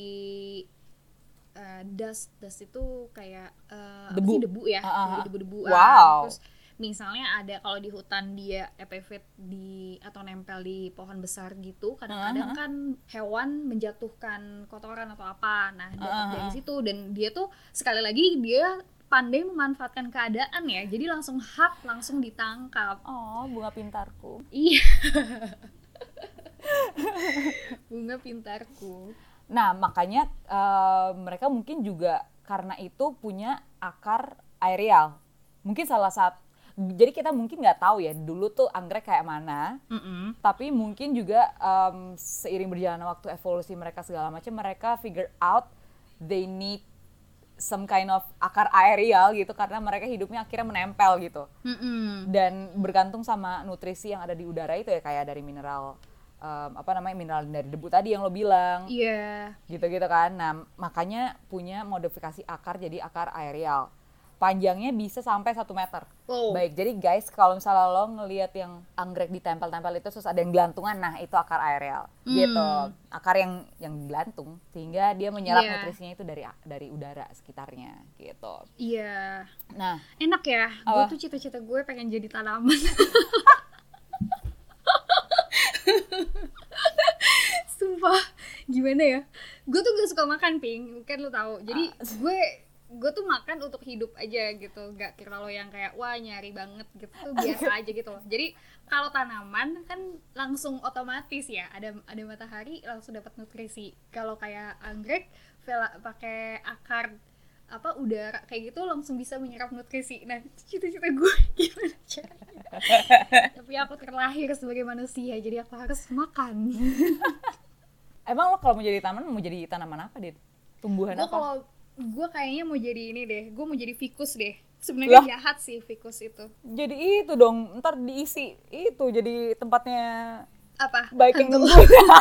dust itu kayak debu ya, debu-debuan. Wow. Terus misalnya ada kalau di hutan dia epifit atau nempel di pohon besar gitu, kadang-kadang kan hewan menjatuhkan kotoran atau apa. Nah, dapat dari situ dan dia tuh sekali lagi dia pandai memanfaatkan keadaan ya. Jadi langsung ditangkap. Oh, bunga pintarku. Iya. Bunga pintarku. Nah, makanya mereka mungkin juga karena itu punya akar aerial. Mungkin salah satu, jadi kita mungkin nggak tahu ya dulu tuh anggrek kayak mana. Tapi mungkin juga seiring berjalannya waktu evolusi mereka segala macam, mereka figure out they need some kind of akar aerial gitu karena mereka hidupnya akhirnya menempel gitu. Dan bergantung sama nutrisi yang ada di udara itu ya, kayak dari mineral mineral dari debu tadi yang lo bilang. Iya. Gitu kan. Nah, makanya punya modifikasi akar jadi akar aerial. panjangnya bisa sampai 1 meter. Wow. Baik, jadi guys, kalau misalnya lo ngelihat yang anggrek ditempel-tempel itu terus ada yang gelantungan, nah itu akar aerial gitu. Akar yang digelantung sehingga dia menyerap nutrisinya itu dari udara sekitarnya gitu. Iya. Nah, enak ya. Gue tuh cita-cita gue pengen jadi tanaman. Sumpah, gimana ya? Gue tuh gak suka makan, Pink, kan lo tahu. Jadi gue tuh makan untuk hidup aja gitu, gak terlalu yang kayak wah nyari banget gitu, tuh biasa aja gitu loh. Jadi kalau tanaman kan langsung otomatis ya, ada matahari langsung dapat nutrisi. Kalau kayak anggrek pakai akar udara kayak gitu langsung bisa menyerap nutrisi. Nah, cita-cita gue gimana caranya? Tapi aku terlahir sebagai manusia, jadi aku harus makan. Emang lo kalau mau jadi tanaman apa, Dit? Tumbuhan apa? Gue kayaknya mau jadi ini deh, gue mau jadi fikus deh. Sebenarnya jahat sih fikus itu. Jadi itu dong, ntar diisi itu jadi tempatnya apa? Baik yang nunggu.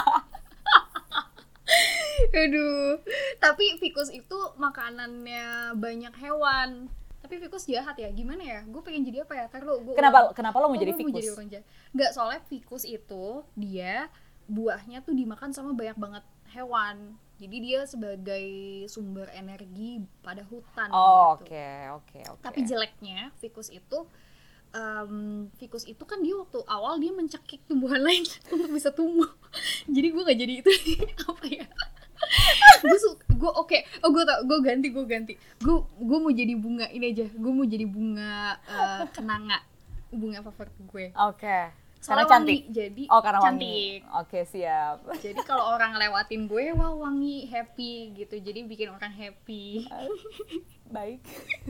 Aduh, tapi fikus itu makanannya banyak hewan. Tapi fikus jahat ya, gimana ya? Gue pengen jadi apa ya? Kenapa lo mau jadi fikus? Mau jadi orang jahat. Nggak, soalnya fikus itu dia buahnya tuh dimakan sama banyak banget hewan. Jadi dia sebagai sumber energi pada hutan. Oke. Tapi jeleknya fikus itu kan dia waktu awal dia mencekik tumbuhan lain untuk bisa tumbuh. Jadi gue gak jadi itu. Apa ya? Gue ganti. Gue mau jadi bunga ini aja. Gue mau jadi bunga kenanga. Bunga favorit gue. Oke. Karena cantik. Jadi karena cantik. Wangi. Oke, siap. Jadi kalau orang lewatin gue, wah wangi, happy gitu. Jadi bikin orang happy. Baik.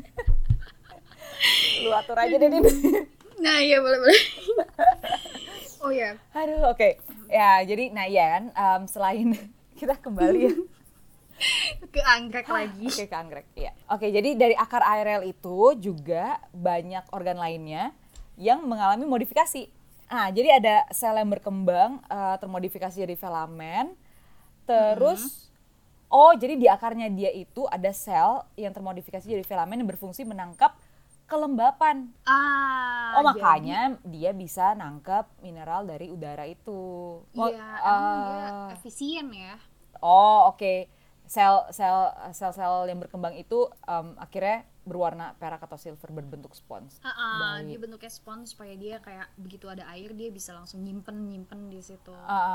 Lu atur aja deh, Din. Nah, iya boleh. Oh ya. Aduh, oke. Ya, jadi kan selain kita kembali ke anggrek lagi. Oke, ke anggrek. Iya. Oke, jadi dari akar aerial itu juga banyak organ lainnya yang mengalami modifikasi. Nah, jadi ada sel yang berkembang termodifikasi jadi filamen. Terus jadi di akarnya dia itu ada sel yang termodifikasi jadi filamen yang berfungsi menangkap kelembapan. Makanya dia bisa nangkap mineral dari udara itu. Iya, emang dia efisien ya. Oke. Sel-sel yang berkembang itu akhirnya berwarna perak atau silver berbentuk spons. Dia bentuknya spons supaya dia kayak begitu ada air dia bisa langsung nyimpen di situ.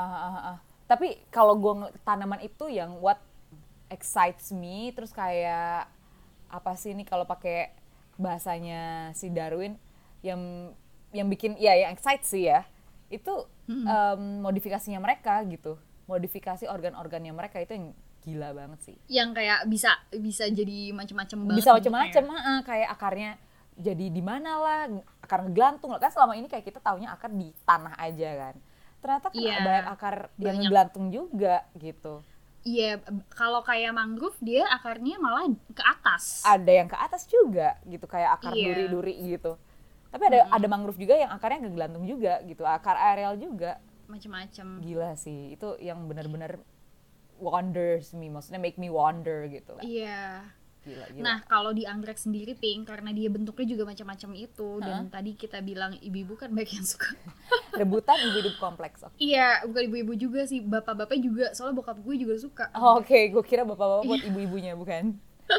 Tapi kalau gue tanaman itu yang what excites me, terus kayak apa sih ini kalau pakai bahasanya si Darwin yang bikin yang excite sih ya itu modifikasinya mereka gitu, modifikasi organ-organnya mereka itu yang gila banget sih. Yang kayak bisa jadi macam-macam banget. Bisa macam-macam, kayak akarnya jadi di mana lah, akar ngegelantung lah. Kan selama ini kayak kita taunya akar di tanah aja kan. Ternyata banyak akar yang ngegelantung juga gitu. Iya, kalau kayak mangrove dia akarnya malah ke atas. Ada yang ke atas juga gitu, kayak akar duri-duri gitu. Tapi ada mangrove juga yang akarnya ngegelantung juga gitu, akar aerial juga. Macam-macam. Gila sih, itu yang benar-benar wonders me, maksudnya make me wonder gitu lah. Iya. Gila. Nah, kalau di anggrek sendiri, Pink, karena dia bentuknya juga macam-macam itu, dan tadi kita bilang ibu-ibu kan banyak yang suka rebutan ibu-ibu kompleks. Iya, bukan ibu-ibu juga sih, bapak-bapak juga, soalnya bokap gue juga suka. Oke, gue kira bapak-bapak buat ibu-ibunya, bukan?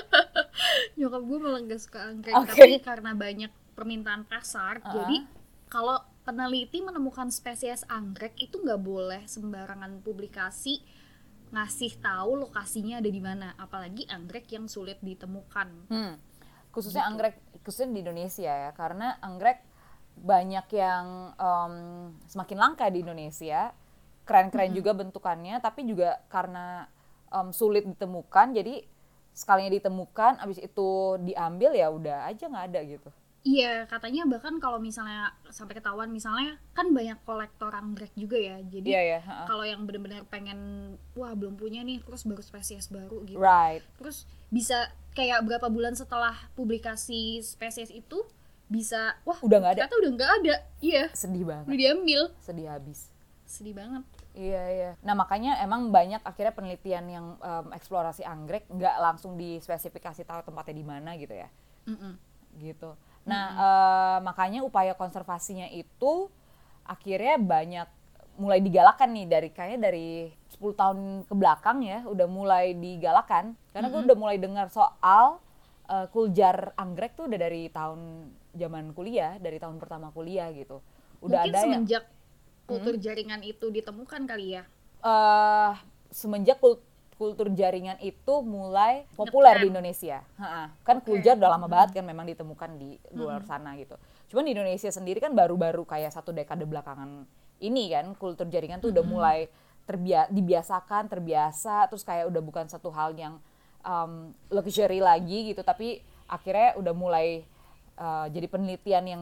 Nyokap gue malah gak suka anggrek, tapi karena banyak permintaan pasar, jadi kalau peneliti menemukan spesies anggrek itu nggak boleh sembarangan publikasi ngasih tahu lokasinya ada di mana, apalagi anggrek yang sulit ditemukan. Khususnya anggrek, khususnya di Indonesia ya, karena anggrek banyak yang semakin langka di Indonesia, keren-keren juga bentukannya, tapi juga karena sulit ditemukan, jadi sekalinya ditemukan, abis itu diambil ya udah aja nggak ada gitu. Iya, katanya bahkan kalau misalnya sampai ketahuan, misalnya kan banyak kolektor anggrek juga ya, jadi kalau yang benar-benar pengen wah belum punya nih, terus baru spesies baru gitu, terus bisa kayak berapa bulan setelah publikasi spesies itu bisa udah nggak ada, ternyata udah nggak ada. Iya, sedih banget, udah diambil, sedih habis, sedih banget. Iya. Nah makanya emang banyak akhirnya penelitian yang eksplorasi anggrek nggak langsung dispesifikasi tahu tempatnya di mana gitu ya. Mm-mm. gitu. Nah, makanya upaya konservasinya itu akhirnya banyak mulai digalakan nih dari 10 tahun ke belakang ya, udah mulai digalakan. Karena gue udah mulai dengar soal kuljar anggrek tuh udah dari tahun zaman kuliah, dari tahun pertama kuliah gitu. Udah Mungkin ada semenjak kultur jaringan itu ditemukan kali ya. semenjak kultur jaringan itu mulai populer di Indonesia. Kan kuljar udah lama banget kan memang ditemukan di luar sana gitu. Cuman di Indonesia sendiri kan baru-baru kayak 1 dekade belakangan ini kan kultur jaringan tuh udah mulai dibiasakan, terbiasa, terus kayak udah bukan satu hal yang luxury lagi gitu, tapi akhirnya udah mulai jadi penelitian yang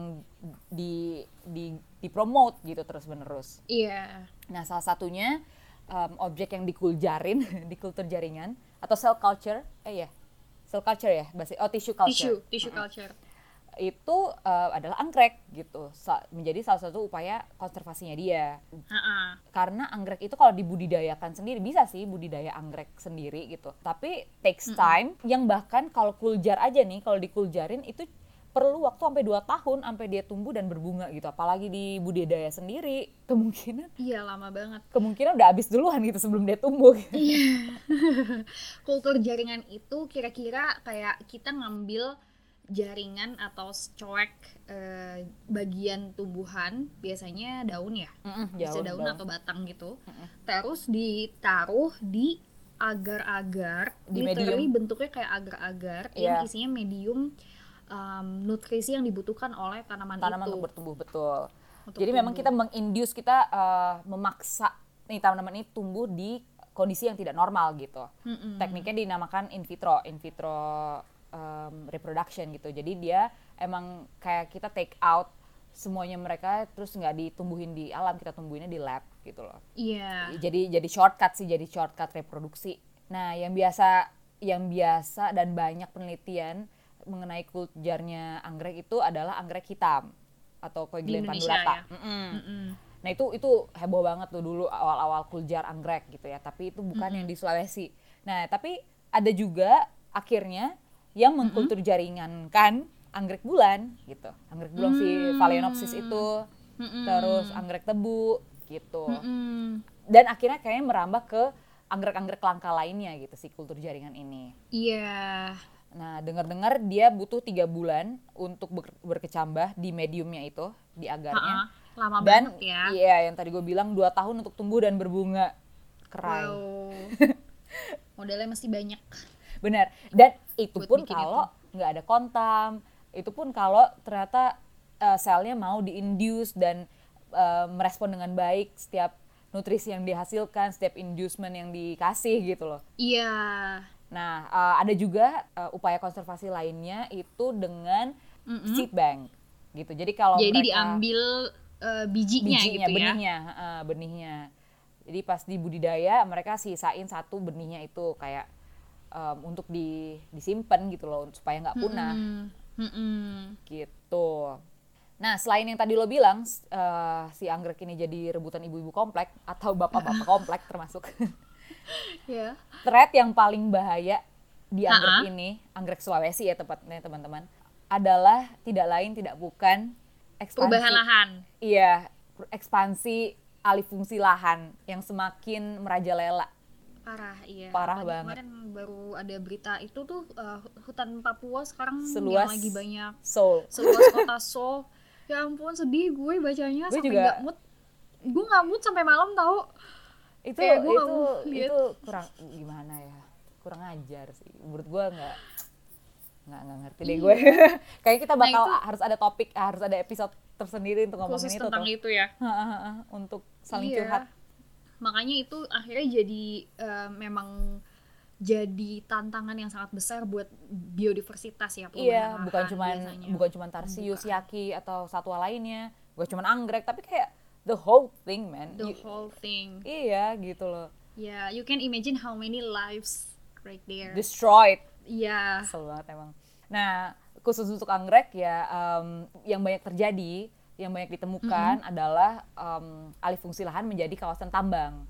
dipromote gitu terus-menerus. Iya. Nah, salah satunya objek yang dikuljarin di kultur jaringan atau cell culture, cell culture ya, tissue culture. Tissue culture. Itu adalah anggrek gitu, menjadi salah satu upaya konservasinya dia. Karena anggrek itu kalau dibudidayakan sendiri bisa sih budidaya anggrek sendiri gitu, tapi takes time. Yang bahkan kalau kuljar aja nih, kalau dikuljarin itu perlu waktu sampai 2 tahun sampai dia tumbuh dan berbunga gitu, apalagi di budidaya sendiri lama banget. Kemungkinan udah habis duluan gitu sebelum dia tumbuh gitu. Kultur jaringan itu kira-kira kayak kita ngambil jaringan atau coek bagian tumbuhan, biasanya daun ya, bisa daun atau batang gitu, terus ditaruh di agar-agar, literally bentuknya kayak agar-agar yang isinya medium nutrisi yang dibutuhkan oleh tanaman itu untuk bertumbuh, betul. Jadi memang kita menginduce, kita memaksa nih tanaman ini tumbuh di kondisi yang tidak normal gitu. Tekniknya dinamakan in vitro reproduction gitu. Jadi dia emang kayak kita take out semuanya mereka, terus nggak ditumbuhin di alam, kita tumbuhinnya di lab gitu loh. Iya. Jadi shortcut reproduksi. Nah, yang biasa dan banyak penelitian mengenai kuljarnya anggrek itu adalah anggrek hitam atau Coigulea pandurata. Ya? Nah, itu heboh banget tuh dulu awal-awal kuljar anggrek gitu ya, tapi itu bukan yang di Sulawesi. Nah, tapi ada juga akhirnya yang mengkultur jaringan kan anggrek bulan gitu. Anggrek bulan si Phalaenopsis itu, terus anggrek tebu gitu. Dan akhirnya kayaknya merambah ke anggrek-anggrek langka lainnya gitu si kultur jaringan ini. Iya. Nah, dengar-dengar dia butuh 3 bulan untuk berkecambah di mediumnya itu, di agarnya. Lama banget ya. Iya, yang tadi gue bilang 2 tahun untuk tumbuh dan berbunga. Keren. Wow. Modalnya mesti banyak. Benar. Dan itu pun kalau nggak ada kontam, itu pun kalau ternyata selnya mau di-induce dan merespon dengan baik setiap nutrisi yang dihasilkan, setiap inducement yang dikasih gitu loh. Iya. Nah, ada juga upaya konservasi lainnya itu dengan seed bank gitu. Jadi kalau diambil bijinya gitu ya. Benihnya. Jadi pas di budidaya mereka sisain 1 benihnya itu kayak untuk disimpan gitu loh supaya nggak punah. Gitu. Nah, selain yang tadi lo bilang si anggrek ini jadi rebutan ibu-ibu komplek atau bapak-bapak komplek termasuk. Yeah. Threat yang paling bahaya di anggrek ini, anggrek Sulawesi ya tepatnya teman-teman, adalah tidak lain tidak bukan ekspansi. Perubahan lahan. Iya, ekspansi alih fungsi lahan yang semakin merajalela. Parah, iya. Parah banget. Kemarin baru ada berita itu tuh hutan Papua sekarang seluas yang lagi banyak. Seluas kota Seoul. Ya ampun, sedih gue bacanya gue sampai juga, nggak mood. Gue nggak mood sampai malam tau. Itu kurang gimana ya, kurang ajar sih menurut gue, nggak ngerti deh gue. Kayaknya kita bakal harus ada topik, harus ada episode tersendiri untuk ngomongin itu tentang itu ya. Untuk saling curhat. Makanya itu akhirnya jadi memang jadi tantangan yang sangat besar buat biodiversitas ya. Iya, bukan cuma tarsius, yaki atau satwa lainnya, bukan cuma anggrek, tapi kayak the whole thing, man. Whole thing. Iya, gitu loh. Yeah, you can imagine how many lives right there. Destroyed. Iya. Kesel banget emang. Nah, khusus untuk anggrek ya, yang banyak terjadi, yang banyak ditemukan adalah alih fungsi lahan menjadi kawasan tambang.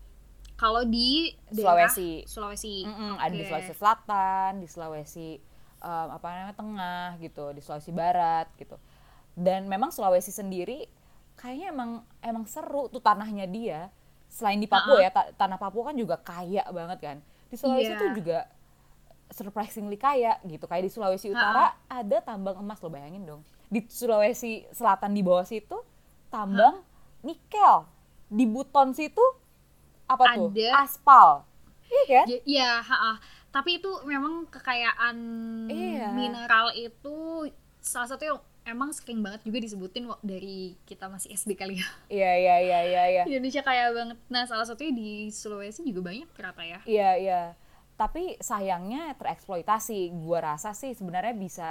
Kalau di Sulawesi. Okay. Ada di Sulawesi Selatan, di Sulawesi apa namanya Tengah gitu, di Sulawesi Barat gitu. Dan memang Sulawesi sendiri kayaknya emang seru tuh tanahnya dia. Selain di Papua ya, tanah Papua kan juga kaya banget kan. Di Sulawesi tuh juga surprisingly kaya gitu. Kayak di Sulawesi Utara ada tambang emas, lo bayangin dong. Di Sulawesi Selatan di bawah situ tambang nikel. Di Buton situ apa tuh? Aspal. Iya kan? Iya, tapi itu memang kekayaan mineral itu salah satu yang emang sering banget juga disebutin dari kita masih SD kali ya. Iya. Indonesia kaya banget. Nah, salah satunya di Sulawesi juga banyak ternyata ya. Iya. Tapi sayangnya tereksploitasi. Gua rasa sih sebenarnya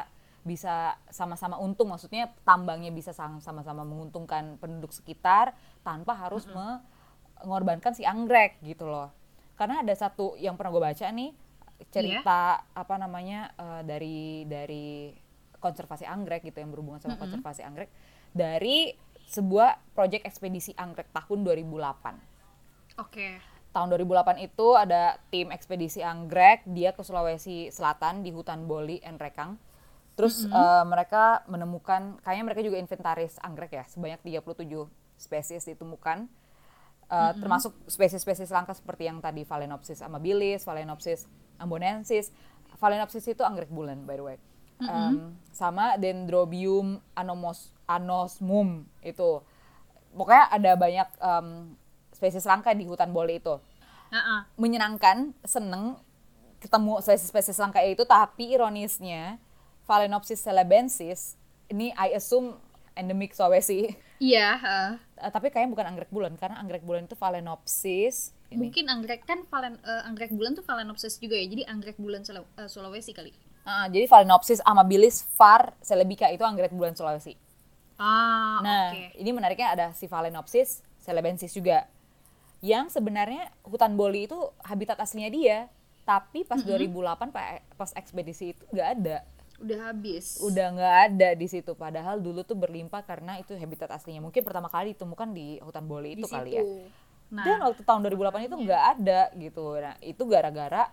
bisa sama-sama untung. Maksudnya tambangnya bisa sama-sama menguntungkan penduduk sekitar tanpa harus mengorbankan si anggrek gitu loh. Karena ada satu yang pernah gue baca nih cerita apa namanya dari konservasi anggrek gitu yang berhubungan sama konservasi anggrek dari sebuah proyek ekspedisi anggrek tahun 2008. Oke. Tahun 2008 itu ada tim ekspedisi anggrek, dia ke Sulawesi Selatan di hutan Boli and Rekang. Terus mereka menemukan, kayaknya mereka juga inventaris anggrek ya, sebanyak 37 spesies ditemukan. Termasuk spesies-spesies langka seperti yang tadi Phalaenopsis amabilis, Phalaenopsis ambonensis. Phalaenopsis itu anggrek bulan by the way. Sama Dendrobium anosmum itu. Pokoknya ada banyak spesies langka di hutan Boli itu. Menyenangkan, seneng ketemu spesies-spesies langka itu, tapi ironisnya Phalaenopsis celebensis ini I assume endemik Sulawesi. Iya. Tapi kayaknya bukan anggrek bulan, karena anggrek bulan itu Phalaenopsis. Mungkin anggrek kan anggrek bulan tuh Phalaenopsis juga ya. Jadi anggrek bulan Sulawesi kali. Jadi Phalaenopsis amabilis var celebica itu anggrek bulan Sulawesi. Ini menariknya ada si Phalaenopsis celebensis juga. Yang sebenarnya hutan Boli itu habitat aslinya dia, tapi pas 2008 pas ekspedisi itu nggak ada. Udah habis. Udah nggak ada di situ. Padahal dulu tuh berlimpah karena itu habitat aslinya. Mungkin pertama kali ditemukan di hutan Boli itu kali ya. Dan waktu tahun 2008 itu nggak ada gitu. Nah itu gara-gara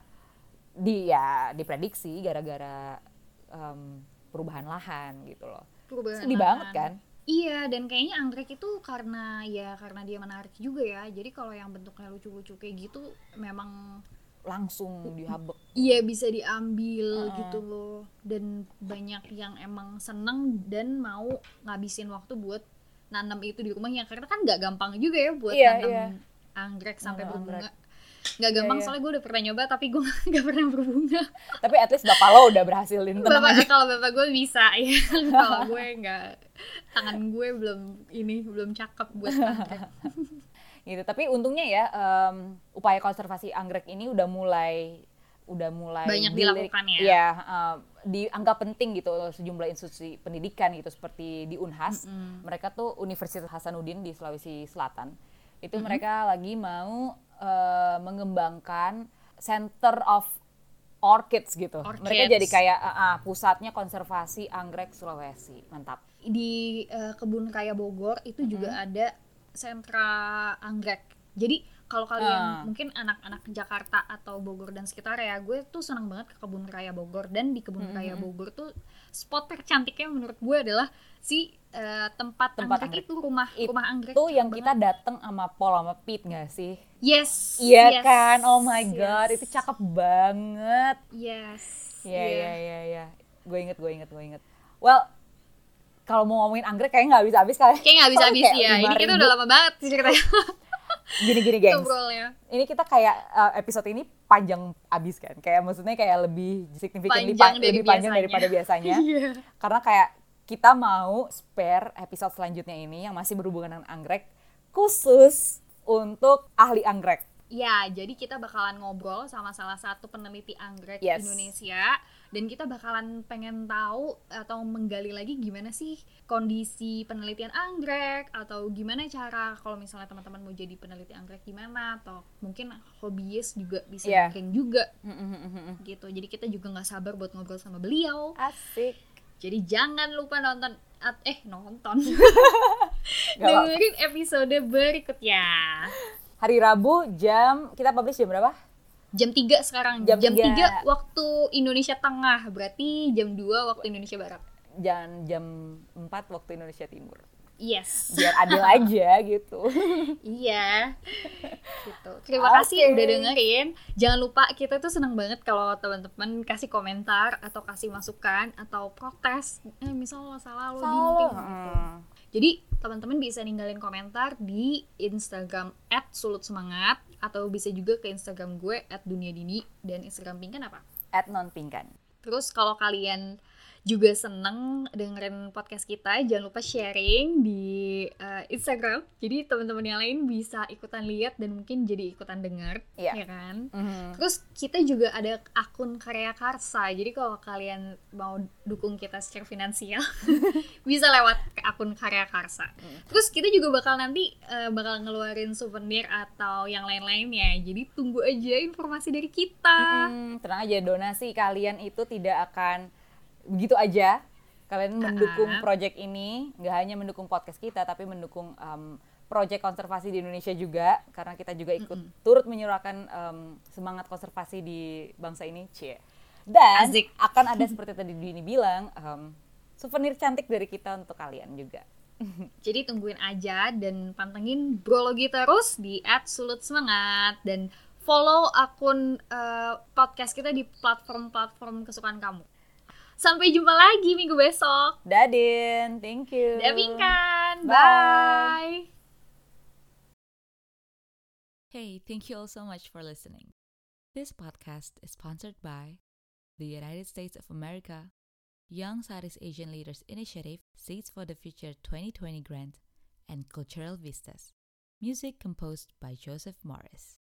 diprediksi gara-gara perubahan lahan gitu loh. Sedih banget kan? Iya, dan kayaknya anggrek itu karena dia menarik juga ya. Jadi kalau yang bentuknya lucu-lucu kayak gitu memang langsung dihabek. Iya, bisa diambil gitu loh. Dan banyak yang emang seneng dan mau ngabisin waktu buat nanam itu di rumahnya. Karena kan nggak gampang juga ya buat nanam anggrek sampai berbunga. Nggak gampang, soalnya gue udah pernah nyoba tapi gue nggak pernah berbunga. Tapi at least bapak lo udah berhasiin, tenang aja. Kalau bapak gue bisa ya. Kalau gue nggak, tangan gue belum cakep buat anggrek. Gitu. Tapi untungnya ya upaya konservasi anggrek ini udah mulai banyak dilakukan ya. Iya, dianggap penting gitu sejumlah institusi pendidikan gitu seperti di Unhas. Mereka tuh Universitas Hasanuddin di Sulawesi Selatan. Itu mereka lagi mau mengembangkan Center of Orchids gitu. Mereka jadi kayak pusatnya konservasi anggrek Sulawesi. Mantap. Di Kebun Raya Bogor itu juga ada sentra anggrek. Jadi kalau kalian mungkin anak-anak Jakarta atau Bogor dan sekitar ya, gue tuh senang banget ke Kebun Raya Bogor. Dan di Kebun Raya Bogor tuh spot tercantiknya menurut gue adalah si tempat anggrek itu, rumah anggrek itu yang kita dateng sama Paul sama Pete nggak sih? Yes. Iya kan, oh my god, itu cakep banget. Yes. Iya. Gue inget. Well, kalau mau ngomongin anggrek kayaknya nggak habis-habis kali. Kayaknya nggak habis-habis ya. Ini kita udah lama banget sih ceritanya. Gini gengs. Ini kita kayak episode ini panjang abis kan. Kayak maksudnya kayak lebih signifikan lebih panjang daripada biasanya. Karena kayak kita mau spare episode selanjutnya ini yang masih berhubungan dengan anggrek khusus untuk ahli anggrek. Ya, jadi kita bakalan ngobrol sama salah satu peneliti anggrek Indonesia. Dan kita bakalan pengen tahu atau menggali lagi gimana sih kondisi penelitian anggrek, atau gimana cara kalau misalnya teman-teman mau jadi peneliti anggrek gimana, atau mungkin hobiis juga bisa bikin juga gitu. Jadi kita juga nggak sabar buat ngobrol sama beliau. Asik. Jadi jangan lupa nonton dengerin episode berikutnya. Hari Rabu kita publish jam berapa? Jam 3 sekarang. Jam Jam 3. 3 waktu Indonesia Tengah, berarti jam 2 waktu Indonesia Barat. Jam 4 waktu Indonesia Timur. Yes. Biar adil aja gitu. Iya. Gitu. Terima kasih udah dengerin. Jangan lupa kita tuh senang banget kalau teman-teman kasih komentar atau kasih masukan atau protes. Misal lo salah, lo bingung gitu. Jadi teman-teman bisa ninggalin komentar di Instagram @sulutsemangat atau bisa juga ke Instagram gue @duniadini dan Instagram Pinkan apa? @nonpinkan. Terus kalau kalian juga seneng dengerin podcast kita, jangan lupa sharing di Instagram. Jadi teman-teman yang lain bisa ikutan lihat dan mungkin jadi ikutan dengar, ya kan? Terus kita juga ada akun Karya Karsa. Jadi kalau kalian mau dukung kita secara finansial, bisa lewat ke akun Karya Karsa. Terus kita juga bakal nanti bakal ngeluarin souvenir atau yang lain-lainnya. Jadi tunggu aja informasi dari kita. Tenang aja, donasi kalian itu tidak akan begitu aja. Kalian mendukung project ini, nggak hanya mendukung podcast kita, tapi mendukung project konservasi di Indonesia juga, karena kita juga ikut turut menyuarakan semangat konservasi di bangsa ini. Dan akan ada seperti tadi Dini bilang, souvenir cantik dari kita untuk kalian juga. Jadi tungguin aja dan pantengin Brologi terus di @sulutsemangat dan follow akun podcast kita di platform-platform kesukaan kamu. Sampai jumpa lagi minggu besok. Dadin, thank you. Pinkan, bye. Hey, thank you all so much for listening. This podcast is sponsored by the United States of America, Young Southeast Asian Leaders Initiative, Seeds for the Future 2020 Grant, and Cultural Vistas. Music composed by Joseph Morris.